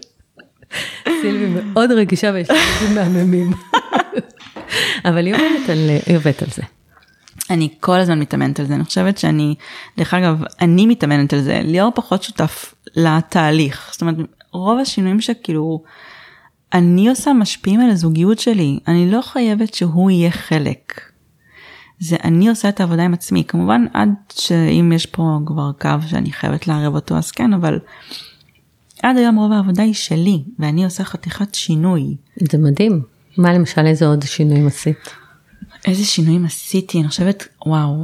סילבי מאוד רגישה ויש לי מהממים. אבל היא עובדת על זה. אני כל הזמן מתאמנת על זה, אני חושבת שאני, דרך אגב, אני מתאמנת על זה, ליאור פחות שותף לתהליך, זאת אומרת, רוב השינויים שכאילו, אני עושה משפיעים על הזוגיות שלי, אני לא חייבת שהוא יהיה חלק. זה אני עושה את העבודה עם עצמי, כמובן עד שאם יש פה כבר קו שאני חייבת לערב אותו, אז כן, אבל עד היום רוב העבודה היא שלי, ואני עושה חתיכת שינוי. זה מדהים. מה למשל, איזה עוד שינויים עשית? איזה שינויים עשיתי? אני חושבת, וואו,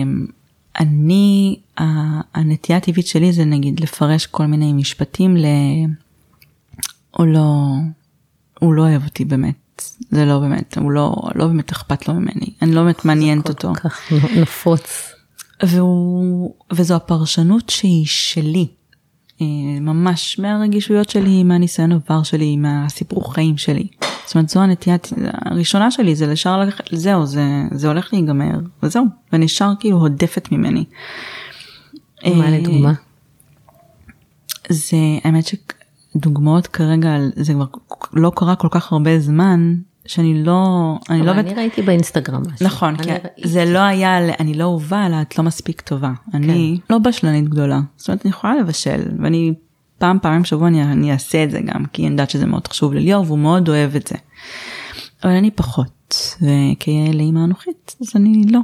הנטייה הטבעית שלי זה נגיד לפרש כל מיני משפטים הוא לא אוהב אותי באמת. זה לא באמת, הוא לא באמת אכפת לו ממני. אני לא באמת מעניינת אותו. זה כל כך נפוץ. וזו הפרשנות שהיא שלי. ממש מהרגישויות שלי, מהניסיון עבר שלי, מהסיפור חיים שלי. זאת אומרת, זו הנטייה הראשונה שלי, זה לשאר ללכת, זהו, זה הולך להיגמר, וזהו, ונשאר כאילו הודפת ממני. מה לדוגמה? זה, האמת שדוגמאות כרגע, זה כבר לא קרה כל כך הרבה זמן, שאני לא... אני ראיתי באינסטגרם משהו. נכון, כי זה לא היה, אני לא אהובה, אלא את לא מספיק טובה. אני לא בשלנית גדולה. זאת אומרת, אני יכולה לבשל, ואני פעמים שבוע אני אעשה את זה גם, כי אני יודעת שזה מאוד חשוב לליאור, והוא מאוד אוהב את זה. אבל אני פחות, וכאלה אימא אנוכית, אז אני לא.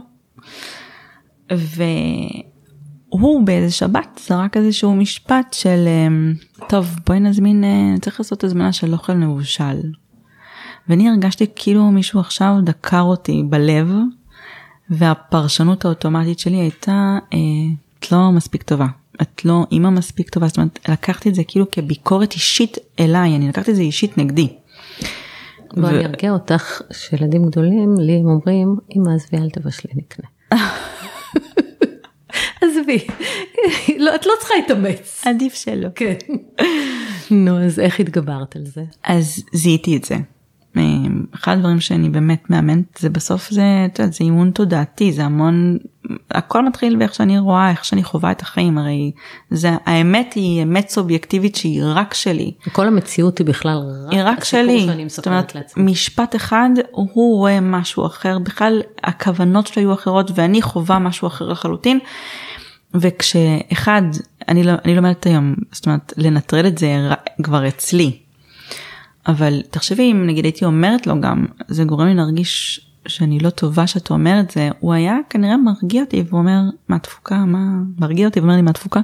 והוא באיזה שבת זרק איזשהו משפט של, טוב, בואי נזמין, צריך לעשות הזמנה של אוכל מבושל. ואני הרגשתי כאילו מישהו עכשיו דקר אותי בלב, והפרשנות האוטומטית שלי הייתה, את לא מספיק טובה, את לא אימא מספיק טובה, זאת אומרת, לקחתי את זה כאילו כביקורת אישית אליי, אני לקחתי את זה אישית נגדי. ואני ארגיע אותך שילדים גדולים, לי הם אומרים, אמא עזבי אל תבשלי נקנה. עזבי, את לא צריכה להתאמץ. עדיף שלא. כן. נו, אז איך התגברת על זה? אז זיהיתי את זה. אחד הדברים שאני באמת מאמנת, זה בסוף זה, אתה יודע, זה אימון תודעתי, זה המון, הכל מתחיל באיך שאני רואה, איך שאני חווה את החיים, הרי זה, האמת היא אמת סובייקטיבית שהיא רק שלי. כל המציאות היא בכלל רק שלי. זאת אומרת, משפט אחד, הוא רואה משהו אחר, בכלל הכוונות שלו היו אחרות, ואני חווה משהו אחר לחלוטין, וכשאחד, אני לומדת היום, זאת אומרת, לנטרל את זה כבר אצלי, אבל תחשבי, אם נגיד הייתי אומרת לו גם, זה גורם לי להרגיש שאני לא טובה שאתה אומר את זה, הוא היה כנראה מרגיע אותי, והוא אומר, מה תפוקה? מרגיע אותי ואומר לי, מה תפוקה?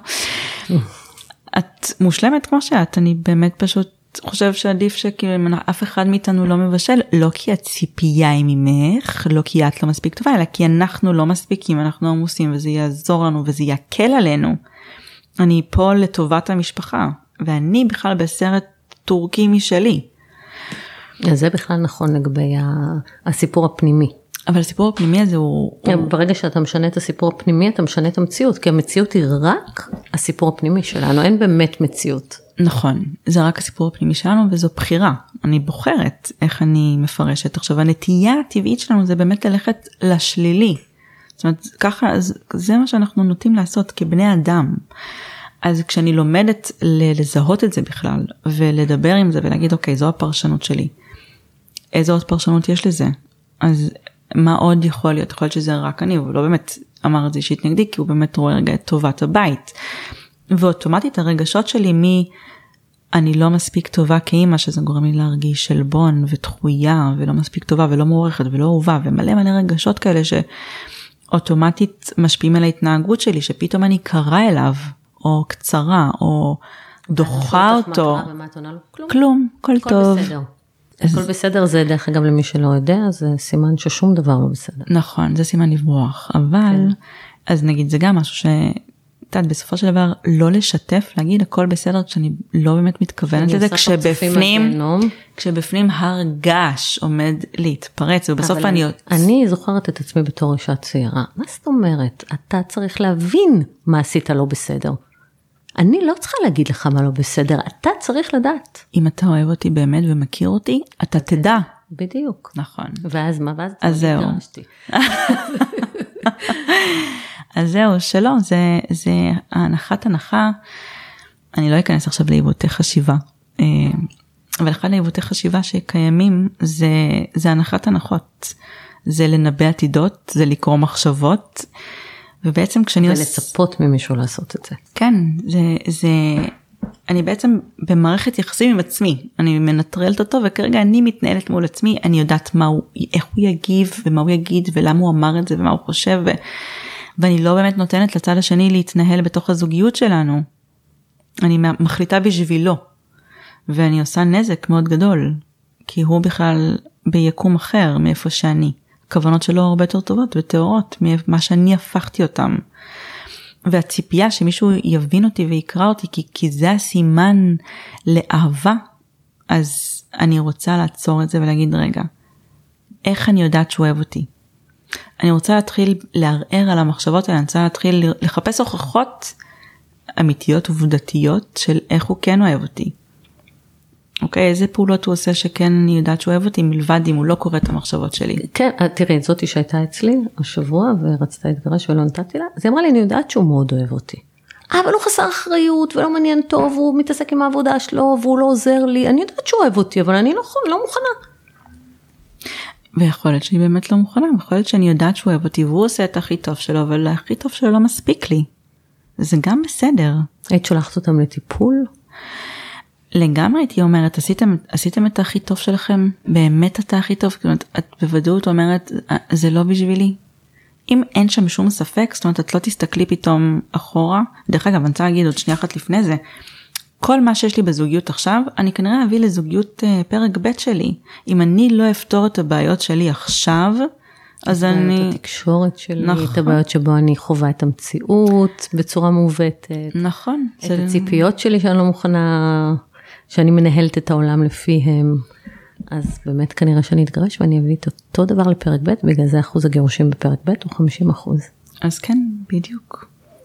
את מושלמת כמו שאת, אני באמת פשוט חושב שעדיף שכאילו אם אף אחד מאיתנו לא מבשל, לא כי הציפייה היא ממך, לא כי את לא מספיק טובה, אלא כי אנחנו לא מספיקים, אנחנו עמוסים, וזה יעזור לנו, וזה יקל עלינו. אני פה לטובת המשפחה, ואני בכלל בסרט טורקי משלי. אז זה בכלל נכון לגבי הסיפור הפנימי. אבל הסיפור הפנימי הזה הוא... ברגע שאתה משנה את הסיפור הפנימי, אתה משנה את המציאות, כי המציאות היא רק הסיפור הפנימי שלנו, אין באמת מציאות. נכון, זה רק הסיפור הפנימי שלנו, וזו בחירה. אני בוחרת איך אני מפרשת. עכשיו, הנטייה הטבעית שלנו זה באמת ללכת לשלילי. זאת אומרת, ככה, זה מה שאנחנו נוטים לעשות כבני אדם. אז כשאני לומדת לזהות את זה בכלל, ולדבר עם זה ולהגיד, אוקיי, זו הפרשנות שלי. איזו עוד פרשנות יש לזה? אז מה עוד יכול להיות? יכול להיות שזה רק אני, הוא לא באמת אמר את זה אישית נגדי, כי הוא באמת רואה רגע את טובת הבית. ואוטומטית הרגשות שלי אני לא מספיק טובה כאימא, שזה גורם לי להרגיש שלבון ותחויה, ולא מספיק טובה ולא מעורכת ולא אהובה, ומלא מלא רגשות כאלה שאוטומטית משפיעים על ההתנהגות שלי, שפתאום אני קרה אליו, או קצרה, או דוחה אותו. כלום, הכל טוב. הכל בסדר, זה דרך אגב למי שלא יודע, זה סימן ששום דבר לא בסדר. נכון, זה סימן לברוח, אבל, אז נגיד, זה גם משהו שתת, בסופו של דבר, לא לשתף, להגיד הכל בסדר, כשאני לא באמת מתכוונת לזה, כשבפנים הרגש עומד להתפרץ, ובסוף אני זוכרת את עצמי בתור אישה צעירה, מה זאת אומרת? אתה צריך להבין מה עשית לא בסדר. אני לא צריכה להגיד לך מה לא בסדר, אתה צריך לדעת. אם אתה אוהב אותי באמת ומכיר אותי, אתה תדע. בדיוק. נכון. ואז מה? ואז אז זהו. אז זהו, שלא, זה הנחת הנחה, אני לא אכנס עכשיו לעיוותי חשיבה, אבל אחד לעיוותי חשיבה שקיימים, זה הנחת הנחות, זה לנבא עתידות, זה לקרוא מחשבות, ובעצם כשאני... ולצפות ממישהו לעשות את זה. כן, אני בעצם במערכת יחסים עם עצמי, אני מנטרלת אותו, וכרגע אני מתנהלת מול עצמי, אני יודעת איך הוא יגיב, ומה הוא יגיד, ולמה הוא אמר את זה, ומה הוא חושב, ואני לא באמת נותנת לצד השני להתנהל בתוך הזוגיות שלנו. אני מחליטה בשבילו, ואני עושה נזק מאוד גדול, כי הוא בכלל ביקום אחר מאיפה שאני. הכוונות שלו הרבה יותר טובות וטהורות ממה שאני הפכתי אותם. והציפייה שמישהו יבין אותי ויקרא אותי, כי זה הסימן לאהבה, אז אני רוצה לעצור את זה ולהגיד, רגע, איך אני יודעת שהוא אוהב אותי? אני רוצה להתחיל לערער על המחשבות האלה, אני רוצה להתחיל לחפש הוכחות אמיתיות ועובדתיות של איך הוא כן אוהב אותי. אוקיי, איזה פעולות הוא עושה שכן אני יודעת שהוא אוהב אותי, מלבד אם הוא לא קורא את המחשבות שלי. כן, תראי, זאתי שהייתה אצלי השבוע, ורצתה להתגרש ולא נתתי לה, אז היא אמרה לי, אני יודעת שהוא מאוד אוהב אותי. אבל הוא חסר אחריות, ולא מעניין טוב, הוא מתעסק עם העבודה שלו, והוא לא עוזר לי, אני יודעת שהוא אוהב אותי, אבל אני לא מוכנה. ויכול להיות שאני באמת לא מוכנה, יכול להיות שאני יודעת שהוא אוהב אותי, והוא עושה את הכי טוב שלו, אבל הכי טוב שלו לא מספיק לי. זה גם בסדר. היית שולחת אותם לטיפול? לגמרי הייתי אומרת, עשיתם את הכי טוב שלכם, באמת אתה הכי טוב, זאת אומרת, את בוודאות אומרת, זה לא בשבילי. אם אין שם שום ספק, זאת אומרת, את לא תסתכלי פתאום אחורה. דרך אגב, אני רוצה להגיד עוד שנייה אחת לפני זה, כל מה שיש לי בזוגיות עכשיו, אני כנראה אביא לזוגיות פרק ב' שלי. אם אני לא אפתור את הבעיות שלי עכשיו, אז אני... את התקשורת שלי, נכון. את הבעיות שבו אני חווה את המציאות בצורה מעוותת. נכון. את הציפיות שלי שאני לא מוכנה, שאני מנהלת את העולם לפיהם. אז באמת כנראה שאני אתגרש ואני אביא את אותו דבר לפרק ב', בגלל זה אחוז הגירושים בפרק ב' הוא 50%. אז כן, בדיוק.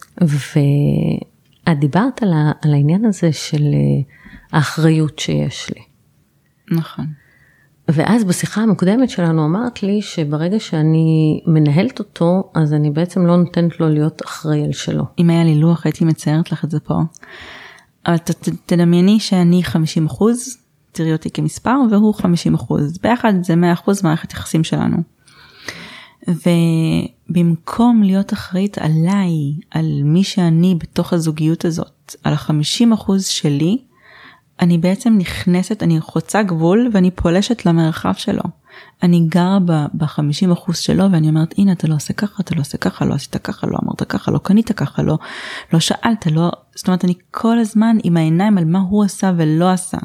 ואת דיברת על העניין הזה של האחריות שיש לי. נכון. ואז בשיחה המוקדמת שלנו אמרת לי שברגע שאני מנהלת אותו, אז אני בעצם לא נותנת לו להיות אחראי על שלו. אם היה לי לוח הייתי מציירת לך את זה פה. אבל תדמייני שאני 50%, תראי אותי כמספר, והוא 50%. ביחד זה 100% מערכת יחסים שלנו. ובמקום להיות אחראית עליי, על מי שאני בתוך הזוגיות הזאת, על 50% שלי, אני בעצם נכנסת, אני חוצה גבול, ואני פולשת למרחב שלו. אני גרה ב-50% שלו, ואני אומרת, הנה, אתה לא עושה ככה, אתה לא עושה ככה, לא עשית ככה, לא אמרת ככה, לא קנית ככה, לא שאלת, לא... זאת אומרת, אני כל הזמן עם העיניים על מה הוא עשה ולא עשה.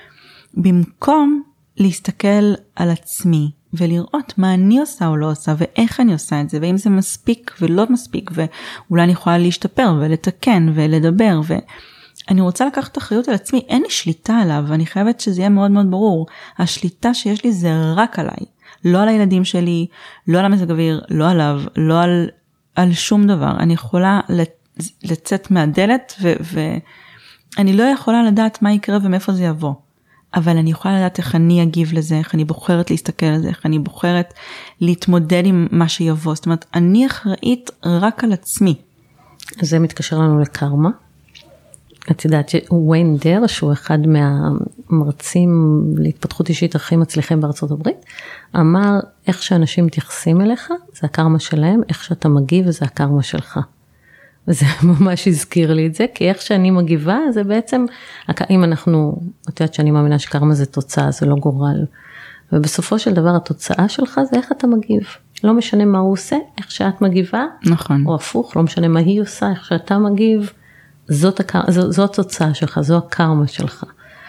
במקום להסתכל על עצמי, ולראות מה אני עושה או לא עושה, ואיך אני עושה את זה, ואם זה מספיק ולא מספיק, ואולי אני יכולה להשתפר ולתקן ולדבר, ואני רוצה לקחת אחריות על עצמי, אין לי שליטה עליו, ואני חייבת שזה יהיה מאוד מאוד ברור, השליטה שיש לי זה רק עליי, לא על הילדים שלי, לא על המזג אוויר, לא עליו, לא על שום דבר, אני יכולה לצאת מהדלת, ואני לא יכולה לדעת מה יקרה ומאיפה זה יבוא. אבל אני יכולה לדעת איך אני אגיב לזה, איך אני בוחרת להסתכל על זה, איך אני בוחרת להתמודד עם מה שיבוא. זאת אומרת, אני אחראית רק על עצמי. אז זה מתקשר לנו לקרמה. את יודעת שוויין דר, שהוא אחד מהמרצים להתפתחות אישית הכי מצליחים בארצות הברית, אמר איך שאנשים מתייחסים אליך, זה הקרמה שלהם, איך שאתה מגיב זה הקרמה שלך. וזה ממש הזכיר לי את זה, כי איך שאני מגיבה, זה בעצם, אם אנחנו, את יודעת שאני מאמינה שקרמה זה תוצאה, זה לא גורל, ובסופו של דבר התוצאה שלך זה איך אתה מגיב, לא משנה מה הוא עושה, איך שאת מגיבה, נכון. או הפוך, לא משנה מה היא עושה, איך שאתה מגיב, זו התוצאה שלך, זו הקרמה שלך.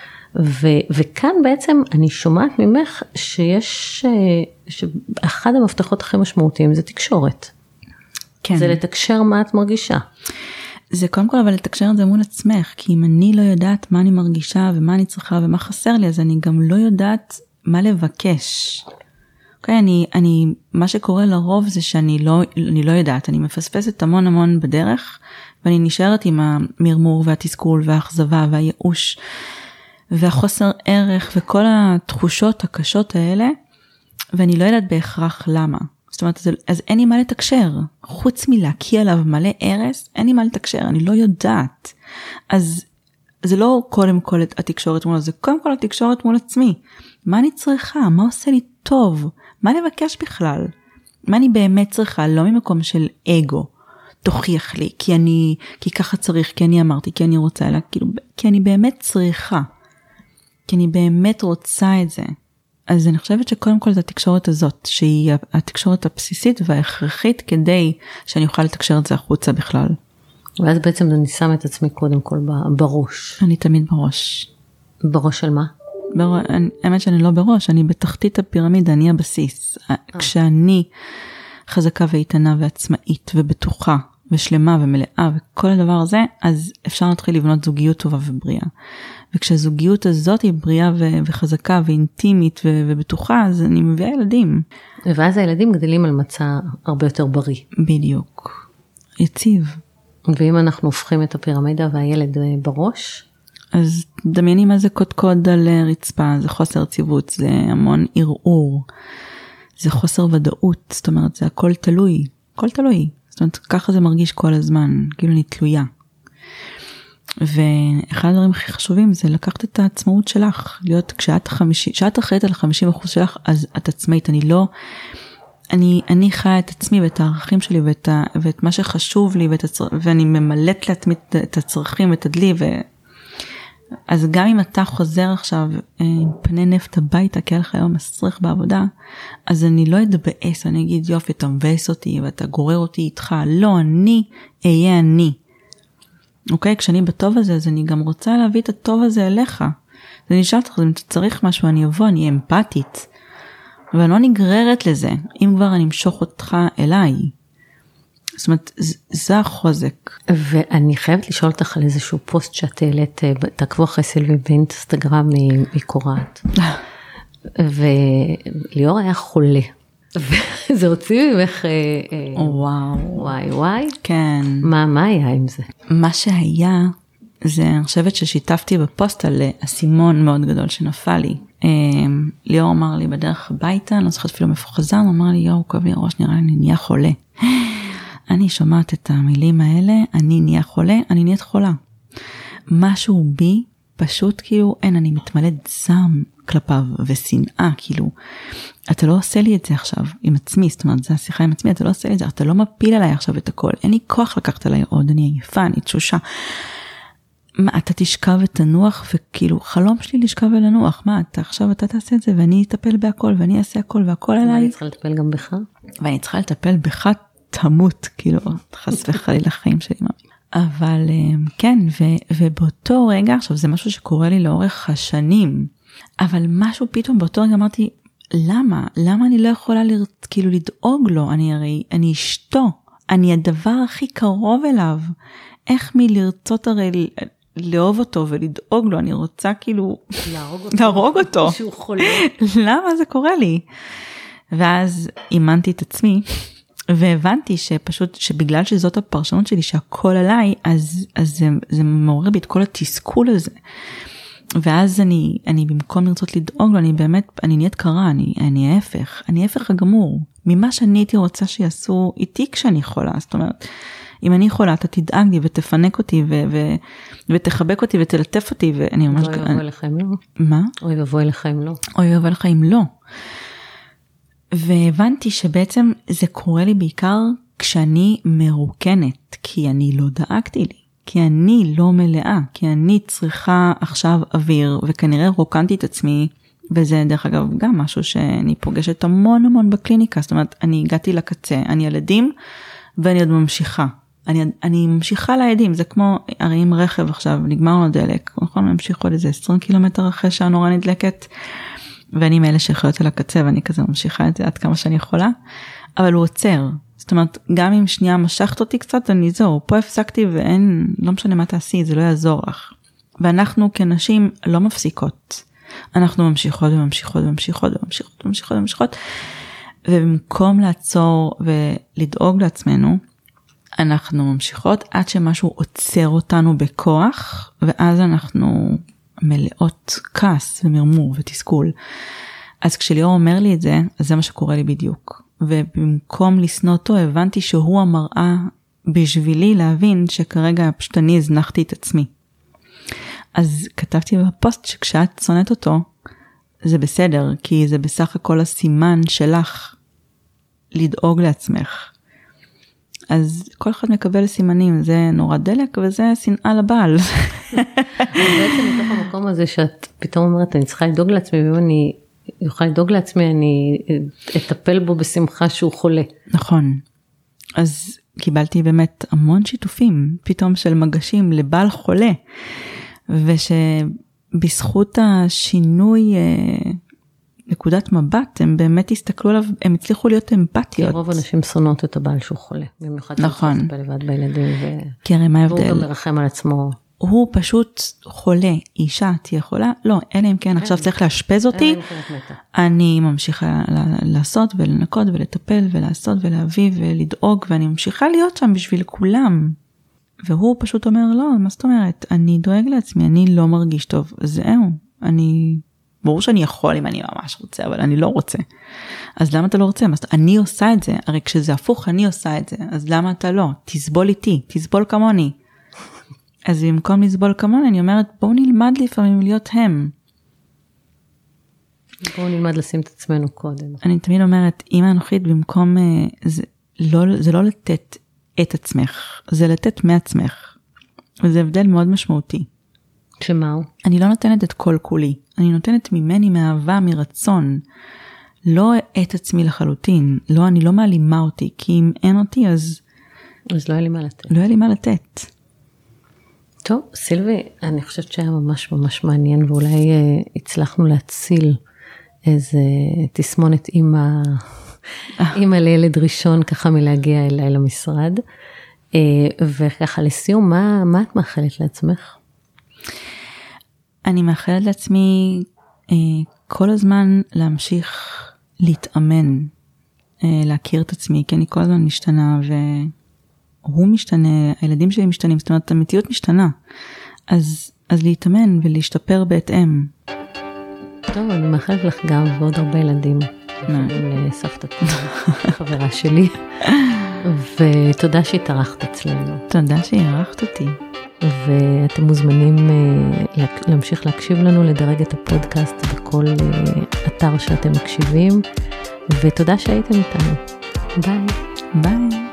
וכאן בעצם אני שומעת ממך שיש, שאחד המפתחות הכי משמעותיים זה תקשורת. כן. זה לתקשר מה את מרגישה. זה קודם כל, אבל לתקשר את זה מול עצמך, כי אם אני לא יודעת מה אני מרגישה ומה אני צריכה ומה חסר לי, אז אני גם לא יודעת מה לבקש. אוקיי, מה שקורה לרוב זה שאני לא יודעת, אני מפספסת המון בדרך, ואני נשארת עם המרמור והתסכול והאכזבה והייאוש, והחוסר ערך וכל התחושות הקשות האלה, ואני לא יודעת בהכרח למה. זאת אומרת, אז אין לי מה לתקשר, חוץ מלהקיע עליו מלא ערס, אין לי מה לתקשר, אני לא יודעת. אז זה לא קודם כל התקשורת מול, זה קודם כל התקשורת מול עצמי. מה אני צריכה? מה עושה לי טוב? מה לבקש בכלל? מה אני באמת צריכה? לא ממקום של אגו, תוכיח לי, כי ככה צריך, כי אני אמרתי, כי אני רוצה, אלא כאילו, כי אני באמת צריכה, כי אני באמת רוצה את זה. אז אני חושבת שקודם כל זה התקשורת הזאת, שהיא התקשורת הבסיסית וההכרחית, כדי שאני אוכל לתקשר את זה החוצה בכלל. ואז בעצם אני שם את עצמי קודם כל בראש. אני תמיד בראש. בראש של מה? האמת שאני לא בראש, אני בתחתית הפירמידה, אני הבסיס. כשאני חזקה ואיתנה ועצמאית ובטוחה ושלמה ומלאה וכל הדבר הזה, אז אפשר להתחיל לבנות זוגיות טובה ובריאה. וכשהזוגיות הזאת היא בריאה וחזקה ואינטימית ובטוחה, אז אני מביאה ילדים. ואז הילדים גדלים על מצע הרבה יותר בריא. בדיוק. יציב. ואם אנחנו הופכים את הפירמידה והילד בראש? אז דמייני מה זה קודקוד על רצפה, זה חוסר יציבות, זה המון ערעור, זה חוסר ודאות, זאת אומרת, זה הכל תלוי, הכל תלוי. זאת אומרת, ככה זה מרגיש כל הזמן, כאילו אני תלויה. ואחד הדברים הכי חשובים זה לקחת את העצמאות שלך, להיות כשאת אחראית על 50% שלך, אז את עצמאית, אני חיה את עצמי ואת הערכים שלי ואת מה שחשוב לי, ואני ממלאת לעצמי את הצרכים ואת הדלי, אז גם אם אתה חוזר עכשיו עם פני נפט הביתה, כי היה לך היום מסריח בעבודה, אז אני לא אתבאס, אני אגיד יופי, אתה מבאס אותי ואתה גורר אותי איתך, לא, אני אהיה אני. אוקיי, כשאני בטוב הזה, אז אני גם רוצה להביא את הטוב הזה אליך. אז אני אשאל אותך, אם אתה צריך משהו, אני אבוא, אני אהיה אמפתית. ואני לא נגררת לזה, אם כבר אני אמשוך אותך אליי. זאת אומרת, זה החוזק. ואני חייבת לשאול אותך על איזשהו פוסט שאת העלית, תעקבו אחרי סילבי באינסטגרם מקורת. וליאור היה חולה. וזה הוציא ממך, וואי. כן. מה היה עם זה? מה שהיה, זה אני חושבת ששיתפתי בפוסט על אסימון מאוד גדול שנפל לי. ליאור אמר לי בדרך הביתה, אני לא זוכרת אפילו מאיפה חזר, הוא אמר לי, יואו, כואב לי הראש, נראה לי אני נהיה חולה. אני שומעת את המילים האלה, אני נהיה חולה, אני נהיית חולה. משהו בי, פשוט כאילו, אני מתמלאת זעם כלפיו ושנאה, כאילו, אתה לא עושה לי את זה עכשיו עם עצמי, זאת אומרת, זה השיחה עם עצמי, אתה לא עושה לי את זה, אתה לא מפיל עליי עכשיו את הכל, אין לי כוח לקחת עליי עוד, אני עייפה, אני תשושה. מה, אתה תשכב ותנוח, וכאילו, חלום שלי לשכב ולנוח, מה, עכשיו אתה תעשה את זה, ואני אטפל בהכל, ואני אעשה הכל, והכל אליי. ואני צריכה לטפל גם בך? ואני צריכה לטפל בך תמות, כאילו, חס וחלילה לחיים שלי. אבל כן, ובאותו רגע, עכשיו זה משהו שקורה לי לאורך השנים, אבל משהו פתאום באותו רגע אמרתי, למה? למה אני לא יכולה כאילו לדאוג לו? אני אשתו, אני הדבר הכי קרוב אליו. איך מלרצות הרי לאהוב אותו ולדאוג לו, אני רוצה כאילו להרוג אותו. שהוא חולה. למה זה קורה לי? ואז אימנתי את עצמי, והבנתי שפשוט, שבגלל שזאת הפרשנות שלי, שהכל עליי, אז זה מעורר בי את כל התסכול הזה. ואז אני במקום לרצות לדאוג לו, אני נהיית קרה, אני ההפך הגמור. ממה שאני הייתי רוצה שיעשו איתי כשאני חולה, זאת אומרת, אם אני חולה, אתה תדאג לי ותפנק אותי ותחבק אותי ותלטף אותי, ואני ממש... אוי ואבוי לך אם לא. מה? אוי ואבוי לך אם לא. אוי ואבוי לך אם לא. והבנתי שבעצם זה קורה לי בעיקר כשאני מרוקנת, כי אני לא דאגתי לי, כי אני לא מלאה, כי אני צריכה עכשיו אוויר, וכנראה רוקנתי את עצמי, וזה דרך אגב גם משהו שאני פוגשת המון בקליניקה, זאת אומרת, אני הגעתי לקצה, אני ילדים, ואני עוד ממשיכה. אני ממשיכה לידים, זה כמו, הרי אם רכב עכשיו, נגמר לו דלק, נכון, ממשיך עוד איזה 20 קילומטר אחרי שהנורא נדלקת, ואני מאלה שיכולות על הקצה, ואני כזה ממשיכה את זה עד כמה שאני יכולה, אבל הוא עוצר. זאת אומרת, גם אם שנייה משכת אותי קצת, אני זהו, פה הפסקתי ואין, לא משנה מה תעשי, זה לא יעזור לך. ואנחנו כנשים לא מפסיקות. אנחנו ממשיכות וממשיכות וממשיכות וממשיכות וממשיכות וממשיכות, ובמקום לעצור ולדאוג לעצמנו, אנחנו ממשיכות עד שמשהו עוצר אותנו בכוח, ואז אנחנו מלאות כעס ומרמור ותסכול. אז כשליאור אומר לי את זה, אז זה מה שקורה לי בדיוק. ובמקום לסנוע אותו, הבנתי שהוא המראה בשבילי להבין שכרגע פשוט אני הזנחתי את עצמי. אז כתבתי בפוסט שכשאת שונאת אותו, זה בסדר, כי זה בסך הכל הסימן שלך לדאוג לעצמך. אז כל אחד מקבל סימנים, זה נורא דלק וזה שנאה לבעל. בעצם מתוך המקום הזה שאת פתאום אומרת, אני צריכה לדאוג לעצמי, ואם אני יוכל לדאוג לעצמי, אני אטפל בו בשמחה שהוא חולה. נכון. אז קיבלתי באמת המון שיתופים, פתאום של מגשים לבעל חולה, ושבזכות השינוי נקודת מבט, הם באמת הסתכלו עליו, הם הצליחו להיות אמפתיות. כי רוב אנשים שונאות את הבעל שהוא חולה, במיוחד נכון. שהוא לטפל לבד בילדים, כי הרי מה ההבדל? והוא גם מרחם על עצמו. הוא פשוט חולה, אישה תהיה חולה, לא, אלא אם כן, עכשיו צריך להשפז אותי, אני ממשיכה לעשות ולנקות ולטפל ולעשות ולהביא ולדאוג, ואני ממשיכה להיות שם בשביל כולם. והוא פשוט אומר, לא, מה זאת אומרת? אני דואג לעצמי, אני לא מרגיש טוב, זהו, ברור שאני יכול אם אני ממש רוצה, אבל אני לא רוצה. אז למה אתה לא רוצה? אני עושה את זה, הרי כשזה הפוך אני עושה את זה, אז למה אתה לא? תסבול איתי, תסבול כמוני. אז במקום לסבול כמוני, אני אומרת, בואו נלמד לפעמים להיות הם. בואו נלמד לשים את עצמנו קודם. אני תמיד אומרת, אמא אנוכית, במקום, זה לא לתת את עצמך, זה לתת מעצמך. וזה הבדל מאוד משמעותי. שמה הוא? אני לא נותנת את כל כולי, אני נותנת ממני, מאהבה, מרצון, לא את עצמי לחלוטין, לא, אני לא מעלימה אותי, כי אם אין אותי, אז לא היה לי מה לתת. לא היה לי מה לתת. טוב, סילבי, אני חושבת שהיה ממש ממש מעניין, ואולי הצלחנו להציל איזה תסמונת אימא לילד ראשון, ככה מלהגיע אליי למשרד, וככה לסיום, מה את מאחלת לעצמך? אני מאחלת לעצמי כל הזמן להמשיך להתאמן, להכיר את עצמי, כי אני כל הזמן משתנה, והוא משתנה, הילדים שלי משתנים, זאת אומרת, המציאות משתנה. אז להתאמן ולהשתפר בהתאם. טוב, אני מאחלת לך גם ועוד הרבה ילדים. לסבתת חברה שלי. ותודה שהתארחת אצלנו. תודה שהתארחת אותי. ואתם מוזמנים להמשיך להקשיב לנו, לדרג את הפודקאסט בכל אתר שאתם מקשיבים, ותודה שהייתם איתנו. ביי. ביי.